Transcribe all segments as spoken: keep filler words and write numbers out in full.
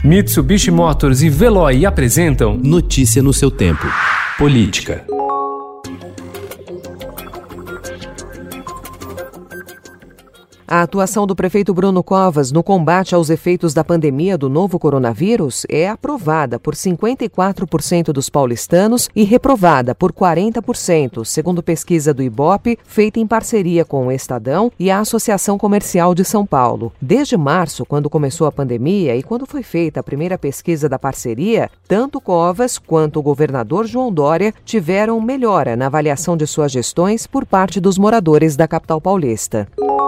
Mitsubishi Motors e Veloy apresentam Notícia no seu tempo. Política. A atuação do prefeito Bruno Covas no combate aos efeitos da pandemia do novo coronavírus é aprovada por cinquenta e quatro por cento dos paulistanos e reprovada por quarenta por cento, segundo pesquisa do Ibope, feita em parceria com o Estadão e a Associação Comercial de São Paulo. Desde março, quando começou a pandemia e quando foi feita a primeira pesquisa da parceria, tanto Covas quanto o governador João Dória tiveram melhora na avaliação de suas gestões por parte dos moradores da capital paulista.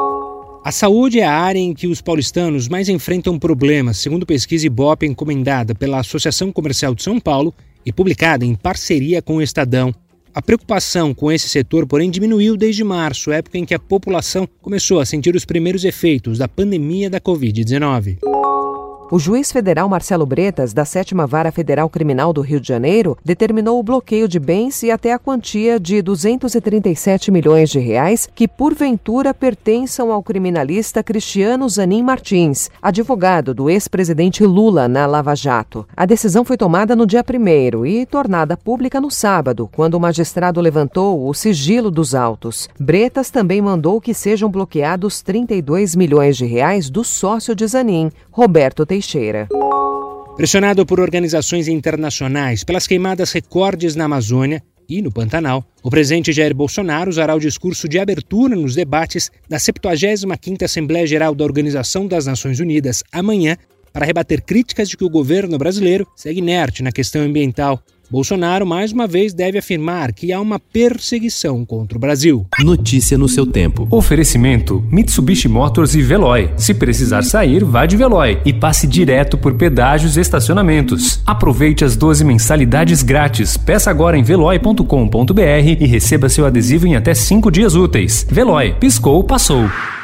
A saúde é a área em que os paulistanos mais enfrentam problemas, segundo pesquisa Ibope encomendada pela Associação Comercial de São Paulo e publicada em parceria com o Estadão. A preocupação com esse setor, porém, diminuiu desde março, época em que a população começou a sentir os primeiros efeitos da pandemia da covid dezenove. O juiz federal Marcelo Bretas, da sétima Vara Federal Criminal do Rio de Janeiro, determinou o bloqueio de bens e até a quantia de duzentos e trinta e sete milhões de reais que, porventura, pertençam ao criminalista Cristiano Zanin Martins, advogado do ex-presidente Lula na Lava Jato. A decisão foi tomada no dia primeiro e tornada pública no sábado, quando o magistrado levantou o sigilo dos autos. Bretas também mandou que sejam bloqueados trinta e dois milhões de reais do sócio de Zanin, Roberto Teixeira. Teixeira. Pressionado por organizações internacionais pelas queimadas recordes na Amazônia e no Pantanal, o presidente Jair Bolsonaro usará o discurso de abertura nos debates da septuagésima quinta Assembleia Geral da Organização das Nações Unidas amanhã para rebater críticas de que o governo brasileiro segue inerte na questão ambiental. Bolsonaro, mais uma vez, deve afirmar que há uma perseguição contra o Brasil. Notícia no seu tempo. Oferecimento Mitsubishi Motors e Veloy. Se precisar sair, vá de Veloy e passe direto por pedágios e estacionamentos. Aproveite as doze mensalidades grátis. Peça agora em veloy ponto com ponto br e receba seu adesivo em até cinco dias úteis. Veloy. Piscou, passou.